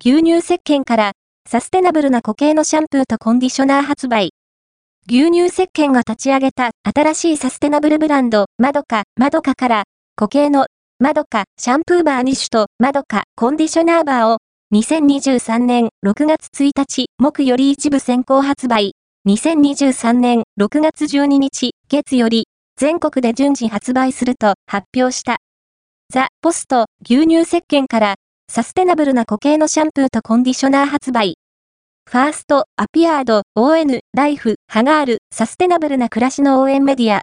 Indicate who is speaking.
Speaker 1: 牛乳石鹸からサステナブルな固形のシャンプーとコンディショナー発売。牛乳石鹸が立ち上げた新しいサステナブルブランド、マドカから固形のマドカシャンプーバー2種とマドカコンディショナーバーを2023年6月1日木より一部先行発売。2023年6月12日月より全国で順次発売すると発表した。ザ・ポスト牛乳石鹸からサステナブルな固形のシャンプーとコンディショナー発売。ファースト、アピアード、ON、ライフ、ハガール、サステナブルな暮らしの応援メディア、